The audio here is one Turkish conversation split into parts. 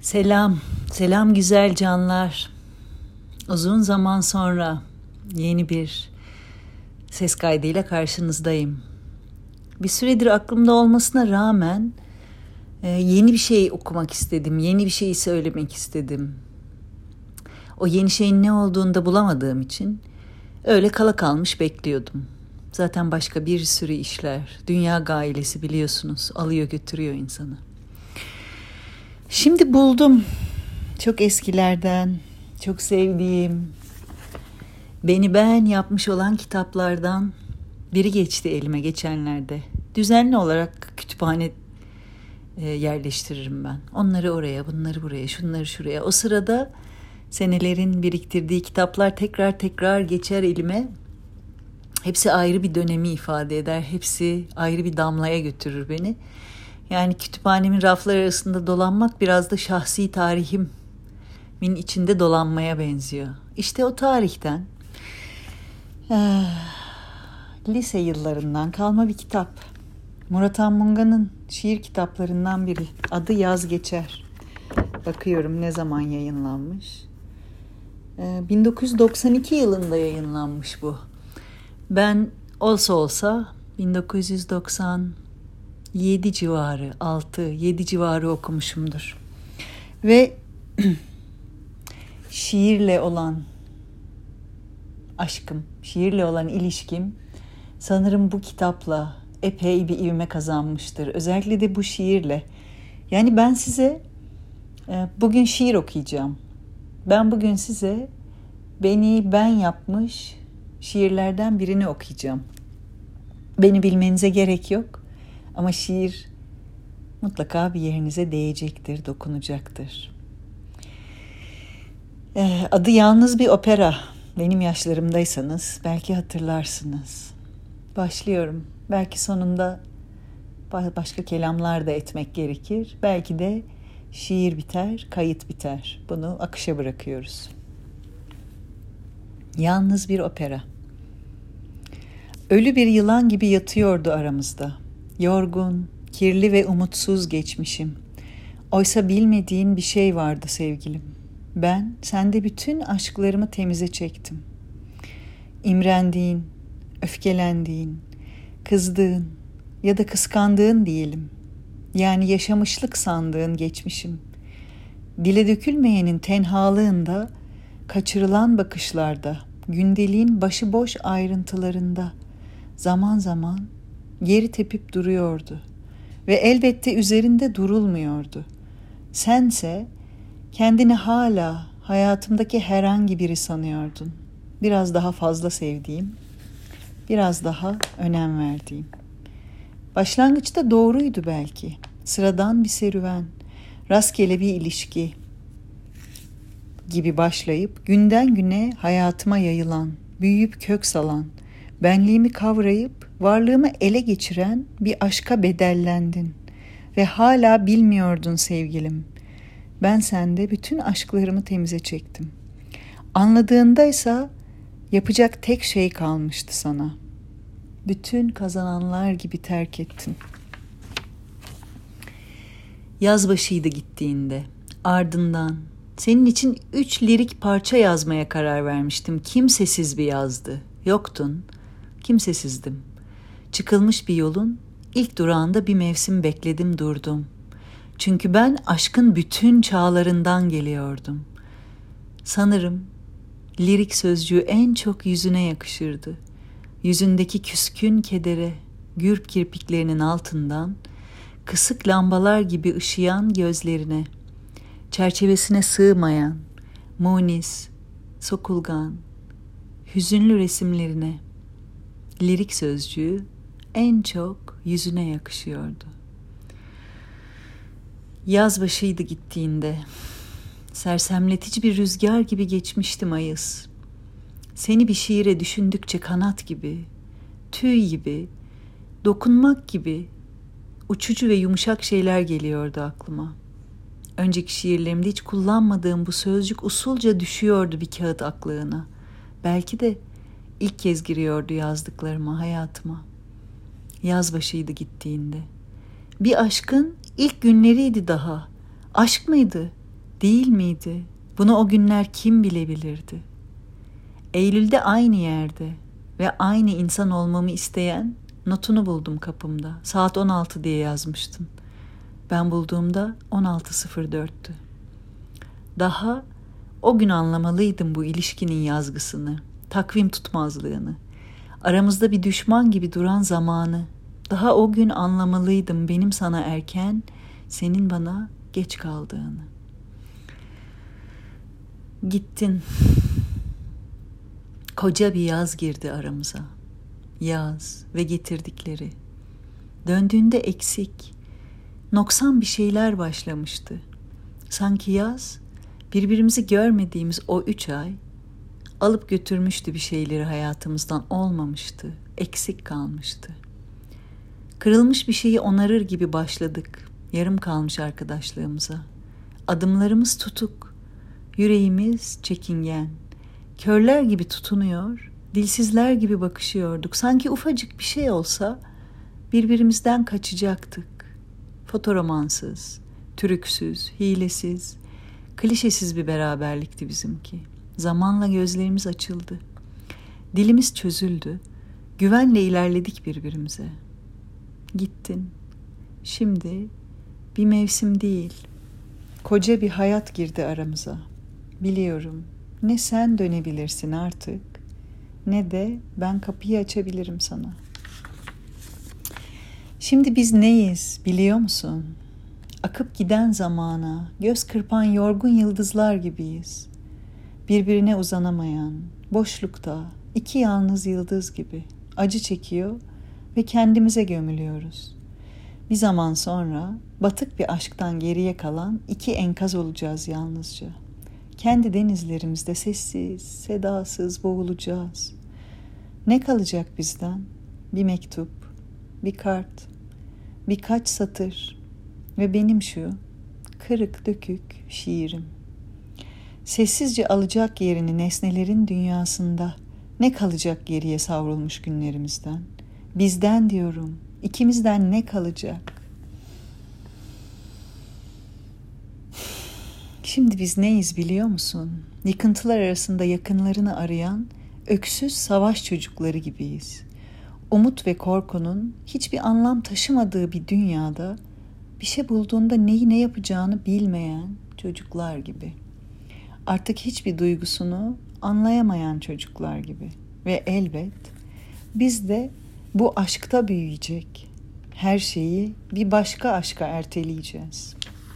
Selam, selam güzel canlar. Uzun zaman sonra yeni bir ses kaydıyla karşınızdayım. Bir süredir aklımda olmasına rağmen yeni bir şey okumak istedim, yeni bir şey söylemek istedim. O yeni şeyin ne olduğunu da bulamadığım için öyle kala kalmış bekliyordum. Zaten başka bir sürü işler, dünya gailesi biliyorsunuz, alıyor götürüyor insanı. Şimdi buldum. Çok eskilerden, çok sevdiğim, beni ben yapmış olan kitaplardan biri geçti elime geçenlerde. Düzenli olarak kütüphane yerleştiririm ben. Onları oraya, bunları buraya, şunları şuraya. O sırada senelerin biriktirdiği kitaplar tekrar tekrar geçer elime. Hepsi ayrı bir dönemi ifade eder. Hepsi ayrı bir damlaya götürür beni. Yani kütüphanemin rafları arasında dolanmak biraz da şahsi tarihimin içinde dolanmaya benziyor. İşte o tarihten lise yıllarından kalma bir kitap. Murat Anmungan'ın şiir kitaplarından biri. Adı Yaz Geçer. Bakıyorum ne zaman yayınlanmış. 1992 yılında yayınlanmış bu. Ben olsa 1997 civarı, 6-7 civarı okumuşumdur. Ve şiirle olan aşkım, şiirle olan ilişkim sanırım bu kitapla epey bir ivme kazanmıştır. Özellikle de bu şiirle. Yani ben size bugün şiir okuyacağım. Ben bugün size beni ben yapmış şiirlerden birini okuyacağım. Beni bilmenize gerek yok ama şiir mutlaka bir yerinize değecektir, dokunacaktır. Adı Yalnız Bir Opera. Benim yaşlarımdaysanız belki hatırlarsınız. Başlıyorum. Belki sonunda başka kelamlar da etmek gerekir. Belki de şiir biter, kayıt biter. Bunu akışa bırakıyoruz. Yalnız bir opera. Ölü bir yılan gibi yatıyordu aramızda. Yorgun, kirli ve umutsuz geçmişim. Oysa bilmediğin bir şey vardı sevgilim. Ben sende bütün aşklarımı temize çektim. İmrendiğin, öfkelendiğin, kızdığın ya da kıskandığın diyelim. Yani yaşamışlık sandığın geçmişim. Dile dökülmeyenin tenhalığında, kaçırılan bakışlarda, gündeliğin başıboş ayrıntılarında zaman zaman geri tepip duruyordu. Ve elbette üzerinde durulmuyordu. Sense kendini hala hayatımdaki herhangi biri sanıyordun. Biraz daha fazla sevdiğim, biraz daha önem verdiğim. Başlangıçta doğruydu belki. Sıradan bir serüven, rastgele bir ilişki gibi başlayıp günden güne hayatıma yayılan, büyüyüp kök salan, benliğimi kavrayıp varlığımı ele geçiren bir aşka bedellendin ve hala bilmiyordun sevgilim. Ben sende bütün aşklarımı temize çektim. Anladığındaysa yapacak tek şey kalmıştı sana. Bütün kazananlar gibi terk ettin. Yaz başıydı gittiğinde. Ardından senin için 3 lirik parça yazmaya karar vermiştim. Kimsesiz bir yazdı. Yoktun, kimsesizdim. Çıkılmış bir yolun ilk durağında bir mevsim bekledim durdum. Çünkü ben aşkın bütün çağlarından geliyordum. Sanırım lirik sözcüğü en çok yüzüne yakışırdı. Yüzündeki küskün kedere, gürp kirpiklerinin altından, kısık lambalar gibi ışıyan gözlerine, çerçevesine sığmayan, munis, sokulgan, hüzünlü resimlerine, lirik sözcüğü en çok yüzüne yakışıyordu. Yaz başıydı gittiğinde, sersemletici bir rüzgar gibi geçmişti Mayıs. Seni bir şiire düşündükçe kanat gibi, tüy gibi, dokunmak gibi uçucu ve yumuşak şeyler geliyordu aklıma. Önceki şiirlerimde hiç kullanmadığım bu sözcük usulca düşüyordu bir kağıt aklığına. Belki de ilk kez giriyordu yazdıklarıma, hayatıma. Yaz başıydı gittiğinde. Bir aşkın ilk günleriydi daha. Aşk mıydı? Değil miydi? Bunu o günler kim bilebilirdi? Eylül'de aynı yerde ve aynı insan olmamı isteyen notunu buldum kapımda. Saat 16 diye yazmıştın. Ben bulduğumda 16.04'tü. Daha o gün anlamalıydım bu ilişkinin yazgısını, takvim tutmazlığını, aramızda bir düşman gibi duran zamanı. Daha o gün anlamalıydım benim sana erken, senin bana geç kaldığını. Gittin. Koca bir yaz girdi aramıza. Yaz ve getirdikleri. Döndüğünde eksik, noksan bir şeyler başlamıştı. Sanki yaz, birbirimizi görmediğimiz o 3 ay alıp götürmüştü bir şeyleri hayatımızdan, olmamıştı, eksik kalmıştı. Kırılmış bir şeyi onarır gibi başladık, yarım kalmış arkadaşlığımıza. Adımlarımız tutuk, yüreğimiz çekingen. Körler gibi tutunuyor, dilsizler gibi bakışıyorduk. Sanki ufacık bir şey olsa birbirimizden kaçacaktık. Fotoromansız, türüksüz, hilesiz, klişesiz bir beraberlikti bizimki. Zamanla gözlerimiz açıldı. Dilimiz çözüldü. Güvenle ilerledik birbirimize. Gittin. Şimdi bir mevsim değil, koca bir hayat girdi aramıza. Biliyorum, ne sen dönebilirsin artık, ne de ben kapıyı açabilirim sana. Şimdi biz neyiz biliyor musun? Akıp giden zamana, göz kırpan yorgun yıldızlar gibiyiz. Birbirine uzanamayan, boşlukta iki yalnız yıldız gibi acı çekiyor ve kendimize gömülüyoruz. Bir zaman sonra batık bir aşktan geriye kalan iki enkaz olacağız yalnızca. Kendi denizlerimizde sessiz, sedasız boğulacağız. Ne kalacak bizden? Bir mektup, bir kart, birkaç satır ve benim şu kırık dökük şiirim. Sessizce alacak yerini nesnelerin dünyasında ne kalacak geriye savrulmuş günlerimizden? Bizden diyorum, ikimizden ne kalacak? Şimdi biz neyiz biliyor musun? Yıkıntılar arasında yakınlarını arayan öksüz savaş çocukları gibiyiz. Umut ve korkunun hiçbir anlam taşımadığı bir dünyada bir şey bulduğunda neyi ne yapacağını bilmeyen çocuklar gibi. Artık hiçbir duygusunu anlayamayan çocuklar gibi. Ve elbet biz de bu aşkta büyüyecek. Her şeyi bir başka aşka erteleyeceğiz.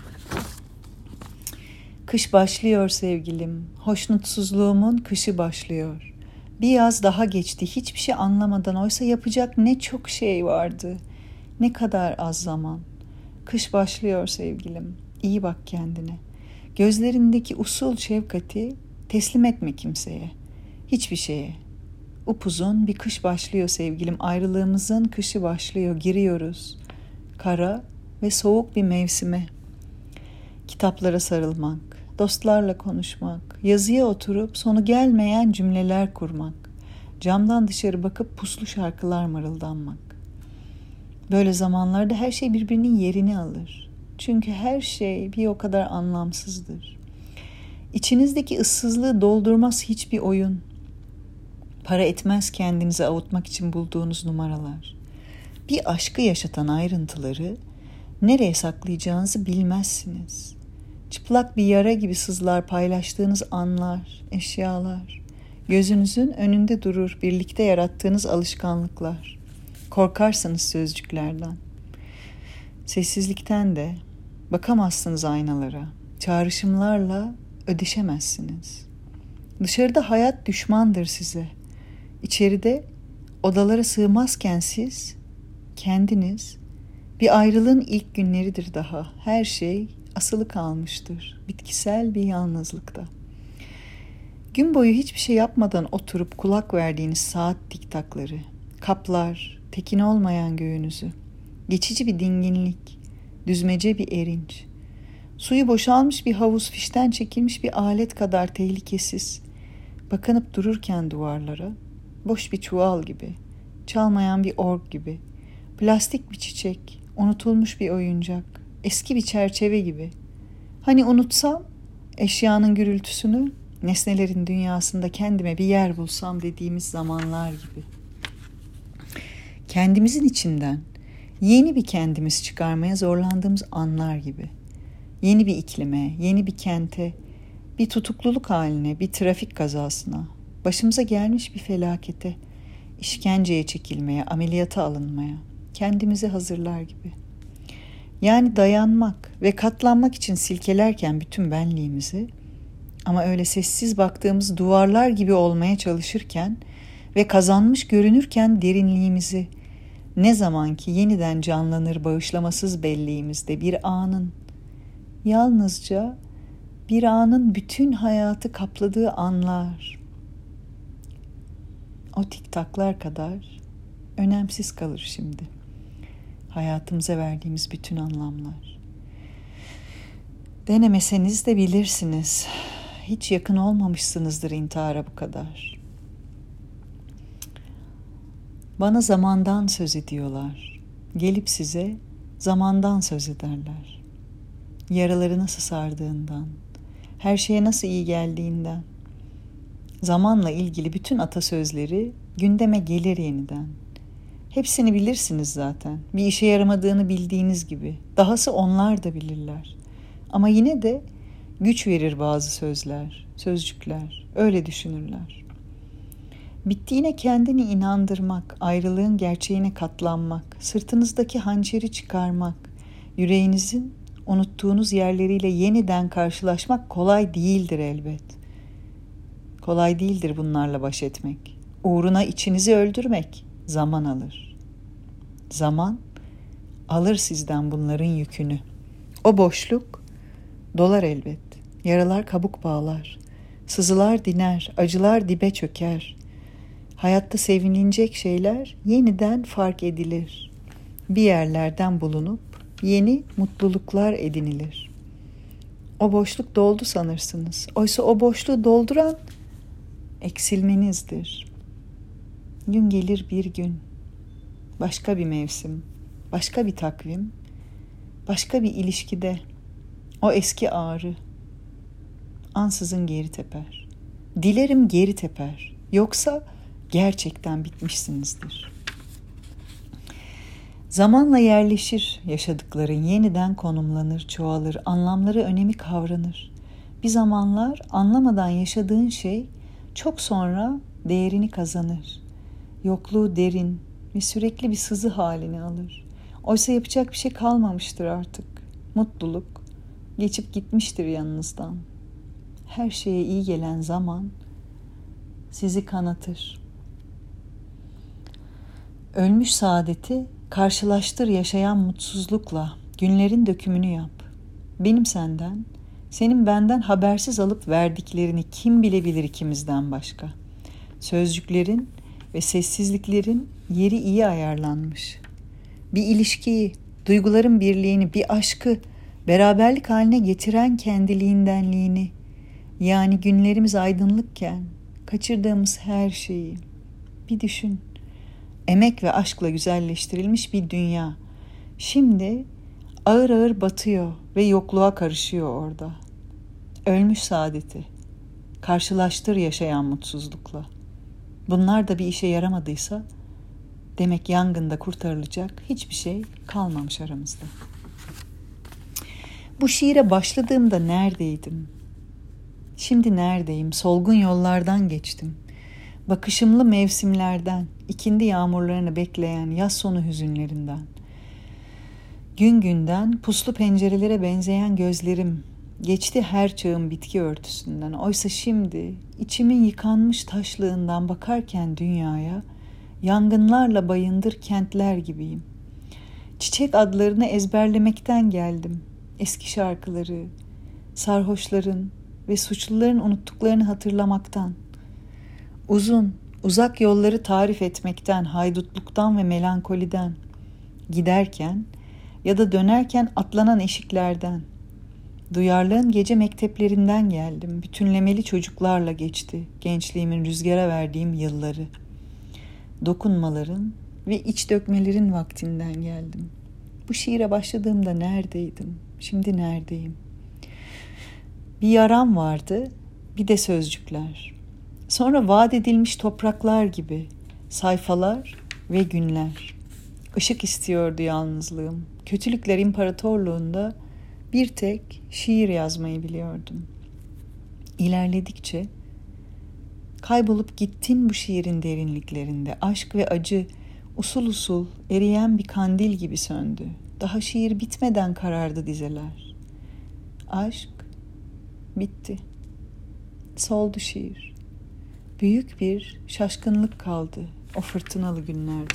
Kış başlıyor sevgilim. Hoşnutsuzluğumun kışı başlıyor. Bir yaz daha geçti hiçbir şey anlamadan, oysa yapacak ne çok şey vardı. Ne kadar az zaman. Kış başlıyor sevgilim. İyi bak kendine. Gözlerindeki usul şefkati teslim etme kimseye. Hiçbir şeye. Upuzun bir kış başlıyor sevgilim. Ayrılığımızın kışı başlıyor. Giriyoruz. Kara ve soğuk bir mevsime. Kitaplara sarılmak, dostlarla konuşmak, yazıya oturup sonu gelmeyen cümleler kurmak, camdan dışarı bakıp puslu şarkılar mırıldanmak. Böyle zamanlarda her şey birbirinin yerini alır. Çünkü her şey bir o kadar anlamsızdır. İçinizdeki ıssızlığı doldurmaz hiçbir oyun. Para etmez kendinizi avutmak için bulduğunuz numaralar. Bir aşkı yaşatan ayrıntıları nereye saklayacağınızı bilmezsiniz. Çıplak bir yara gibi sızlar paylaştığınız anlar, eşyalar. Gözünüzün önünde durur birlikte yarattığınız alışkanlıklar. Korkarsınız sözcüklerden. Sessizlikten de bakamazsınız aynalara. Çağrışımlarla ödeşemezsiniz. Dışarıda hayat düşmandır size. İçeride odalara sığmazken siz, kendiniz, bir ayrılığın ilk günleridir daha. Her şey asılı kalmıştır. Bitkisel bir yalnızlıkta. Gün boyu hiçbir şey yapmadan oturup kulak verdiğiniz saat tiktakları, kaplar, tekin olmayan göğünüzü, geçici bir dinginlik, düzmece bir erinç, suyu boşalmış bir havuz, fişten çekilmiş bir alet kadar tehlikesiz, bakınıp dururken duvarlara, boş bir çuval gibi, çalmayan bir org gibi, plastik bir çiçek, unutulmuş bir oyuncak, eski bir çerçeve gibi. Hani unutsam Eşyanın gürültüsünü, nesnelerin dünyasında kendime bir yer bulsam dediğimiz zamanlar gibi. Kendimizin içinden yeni bir kendimiz çıkarmaya zorlandığımız anlar gibi. Yeni bir iklime, yeni bir kente, bir tutukluluk haline, bir trafik kazasına, başımıza gelmiş bir felakete, işkenceye çekilmeye, ameliyata alınmaya, kendimizi hazırlar gibi. Yani dayanmak ve katlanmak için silkelerken bütün benliğimizi, ama öyle sessiz baktığımız duvarlar gibi olmaya çalışırken ve kazanmış görünürken derinliğimizi, ne zaman ki yeniden canlanır bağışlamasız belleğimizde bir anın, yalnızca bir anın bütün hayatı kapladığı anlar, o tiktaklar kadar önemsiz kalır şimdi. Hayatımıza verdiğimiz bütün anlamlar. Denemeseniz de bilirsiniz. Hiç yakın olmamışsınızdır intihara bu kadar. Bana zamandan söz ediyorlar. Gelip size zamandan söz ederler. Yaraları nasıl sardığından, her şeye nasıl iyi geldiğinden. Zamanla ilgili bütün atasözleri gündeme gelir yeniden. Hepsini bilirsiniz zaten. Bir işe yaramadığını bildiğiniz gibi. Dahası onlar da bilirler. Ama yine de güç verir bazı sözler, sözcükler. Öyle düşünürler. Bittiğine kendini inandırmak, ayrılığın gerçeğine katlanmak, sırtınızdaki hançeri çıkarmak, yüreğinizin unuttuğunuz yerleriyle yeniden karşılaşmak kolay değildir elbet. Kolay değildir bunlarla baş etmek. Uğruna içinizi öldürmek zaman alır. Zaman alır sizden bunların yükünü. O boşluk dolar elbet. Yaralar kabuk bağlar. Sızılar diner, acılar dibe çöker. Hayatta sevinilecek şeyler yeniden fark edilir. Bir yerlerden bulunup yeni mutluluklar edinilir. O boşluk doldu sanırsınız. Oysa o boşluğu dolduran eksilmenizdir. Gün gelir bir gün, başka bir mevsim, başka bir takvim, başka bir ilişkide o eski ağrı ansızın geri teper. Dilerim geri teper. Yoksa gerçekten bitmişsinizdir. Zamanla yerleşir yaşadıkların, yeniden konumlanır, çoğalır, anlamları, önemi kavranır. Bir zamanlar anlamadan yaşadığın şey çok sonra değerini kazanır. Yokluğu derin ve sürekli bir sızı halini alır. Oysa yapacak bir şey kalmamıştır artık. Mutluluk geçip gitmiştir yanınızdan. Her şeye iyi gelen zaman sizi kanatır. Ölmüş saadeti karşılaştır yaşayan mutsuzlukla, günlerin dökümünü yap. Benim senden, senin benden habersiz alıp verdiklerini kim bilebilir ikimizden başka? Sözcüklerin ve sessizliklerin yeri iyi ayarlanmış. Bir ilişkiyi, duyguların birliğini, bir aşkı beraberlik haline getiren kendiliğindenliğini, yani günlerimiz aydınlıkken kaçırdığımız her şeyi bir düşün. Emek ve aşkla güzelleştirilmiş bir dünya. Şimdi ağır ağır batıyor ve yokluğa karışıyor orada. Ölmüş saadeti, karşılaştır yaşayan mutsuzlukla. Bunlar da bir işe yaramadıysa, demek yangında kurtarılacak hiçbir şey kalmamış aramızda. Bu şiire başladığımda neredeydim? Şimdi neredeyim? Solgun yollardan geçtim. Bakışımlı mevsimlerden, ikindi yağmurlarını bekleyen yaz sonu hüzünlerinden. Gün günden puslu pencerelere benzeyen gözlerim geçti her çağın bitki örtüsünden. Oysa şimdi içimin yıkanmış taşlığından bakarken dünyaya, yangınlarla bayındır kentler gibiyim. Çiçek adlarını ezberlemekten geldim. Eski şarkıları, sarhoşların ve suçluların unuttuklarını hatırlamaktan. Uzun, uzak yolları tarif etmekten, haydutluktan ve melankoliden. Giderken ya da dönerken atlanan eşiklerden. Duyarlığın gece mekteplerinden geldim. Bütünlemeli çocuklarla geçti gençliğimin rüzgara verdiğim yılları. Dokunmaların ve iç dökmelerin vaktinden geldim. Bu şiire başladığımda neredeydim? Şimdi neredeyim? Bir yaram vardı, bir de sözcükler. Sonra vaat edilmiş topraklar gibi sayfalar ve günler. Işık istiyordu yalnızlığım. Kötülükler İmparatorluğunda bir tek şiir yazmayı biliyordum. İlerledikçe kaybolup gittin bu şiirin derinliklerinde. Aşk ve acı usul usul eriyen bir kandil gibi söndü. Daha şiir bitmeden karardı dizeler. Aşk bitti. Soldu şiir. Büyük bir şaşkınlık kaldı o fırtınalı günlerde.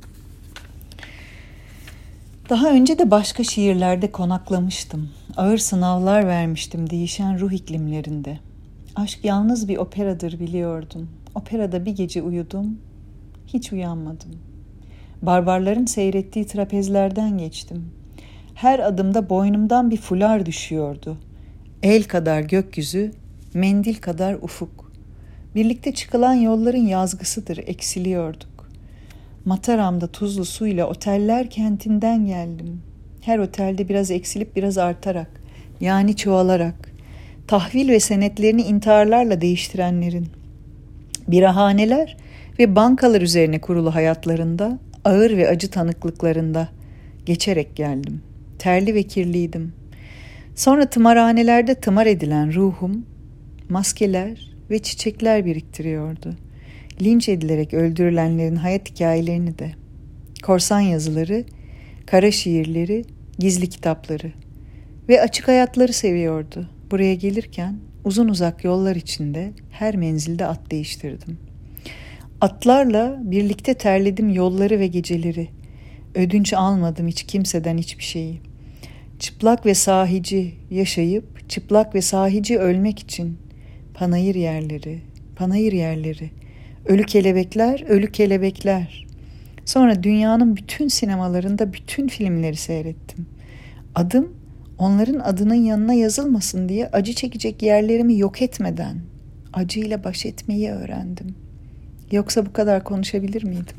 Daha önce de başka şiirlerde konaklamıştım. Ağır sınavlar vermiştim değişen ruh iklimlerinde. Aşk yalnız bir operadır biliyordum. Operada bir gece uyudum, hiç uyanmadım. Barbarların seyrettiği trapezlerden geçtim. Her adımda boynumdan bir fular düşüyordu. El kadar gökyüzü, mendil kadar ufuk. Birlikte çıkılan yolların yazgısıdır, eksiliyorduk. Mataram'da tuzlu suyla oteller kentinden geldim. Her otelde biraz eksilip biraz artarak, yani çoğalarak. Tahvil ve senetlerini intiharlarla değiştirenlerin. Birahaneler ve bankalar üzerine kurulu hayatlarında, ağır ve acı tanıklıklarında geçerek geldim. Terli ve kirliydim. Sonra tımarhanelerde tımar edilen ruhum, maskeler ve çiçekler biriktiriyordu. Linç edilerek öldürülenlerin hayat hikayelerini de. Korsan yazıları, kara şiirleri, gizli kitapları ve açık hayatları seviyordu. Buraya gelirken uzun uzak yollar içinde her menzilde at değiştirdim. Atlarla birlikte terledim yolları ve geceleri. Ödünç almadım hiç kimseden hiçbir şeyi. Çıplak ve sahici yaşayıp çıplak ve sahici ölmek için panayır yerleri, panayır yerleri, ölü kelebekler, ölü kelebekler. Sonra dünyanın bütün sinemalarında bütün filmleri seyrettim. Adım onların adının yanına yazılmasın diye acı çekecek yerlerimi yok etmeden acıyla baş etmeyi öğrendim. Yoksa bu kadar konuşabilir miydim?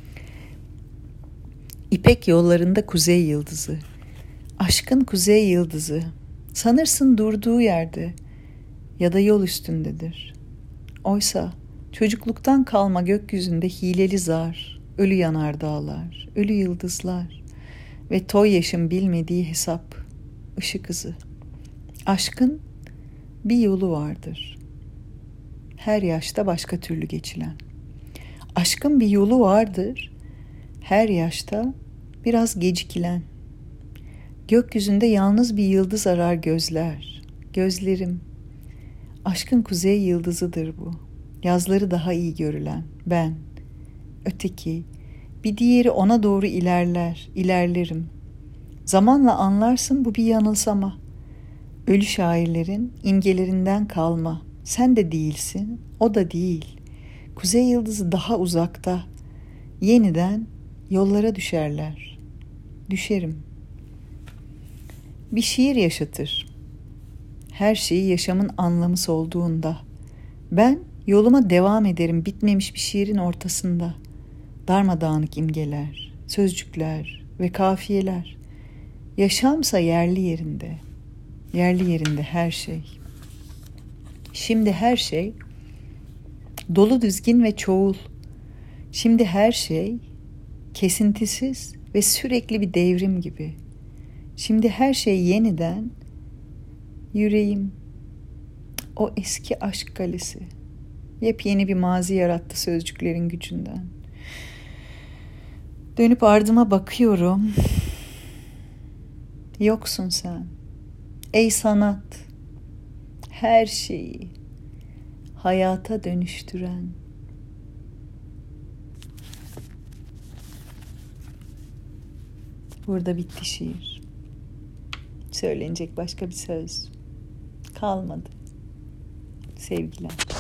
İpek yollarında kuzey yıldızı, aşkın kuzey yıldızı, sanırsın durduğu yerde ya da yol üstündedir. Oysa çocukluktan kalma gökyüzünde hileli zar, ölü yanardağlar, ölü yıldızlar ve toy yaşın bilmediği hesap, ışık hızı. Aşkın bir yolu vardır. Her yaşta başka türlü geçilen. Aşkın bir yolu vardır. Her yaşta biraz gecikilen. Gökyüzünde yalnız bir yıldız arar gözler. Gözlerim. Aşkın kuzey yıldızıdır bu. Yazları daha iyi görülen. Ben. Öteki. Bir diğeri ona doğru ilerler. İlerlerim. Zamanla anlarsın bu bir yanılsama. Ölü şairlerin imgelerinden kalma. Sen de değilsin, o da değil. Kuzey yıldızı daha uzakta. Yeniden yollara düşerler. Düşerim. Bir şiir yaşatır. Her şeyi yaşamın anlamı solduğunda. Ben yoluma devam ederim bitmemiş bir şiirin ortasında. Darmadağınık imgeler, sözcükler ve kafiyeler. Yaşamsa yerli yerinde. Yerli yerinde her şey. Şimdi her şey dolu dizgin ve çoğul. Şimdi her şey kesintisiz ve sürekli bir devrim gibi. Şimdi her şey yeniden yüreğim, o eski aşk kalesi. Yepyeni bir mazi yarattı sözcüklerin gücünden. Dönüp ardıma bakıyorum. Yoksun sen. Ey sanat, her şeyi hayata dönüştüren. Burada bitti şiir. Söylenecek başka bir söz kalmadı. Sevgiler.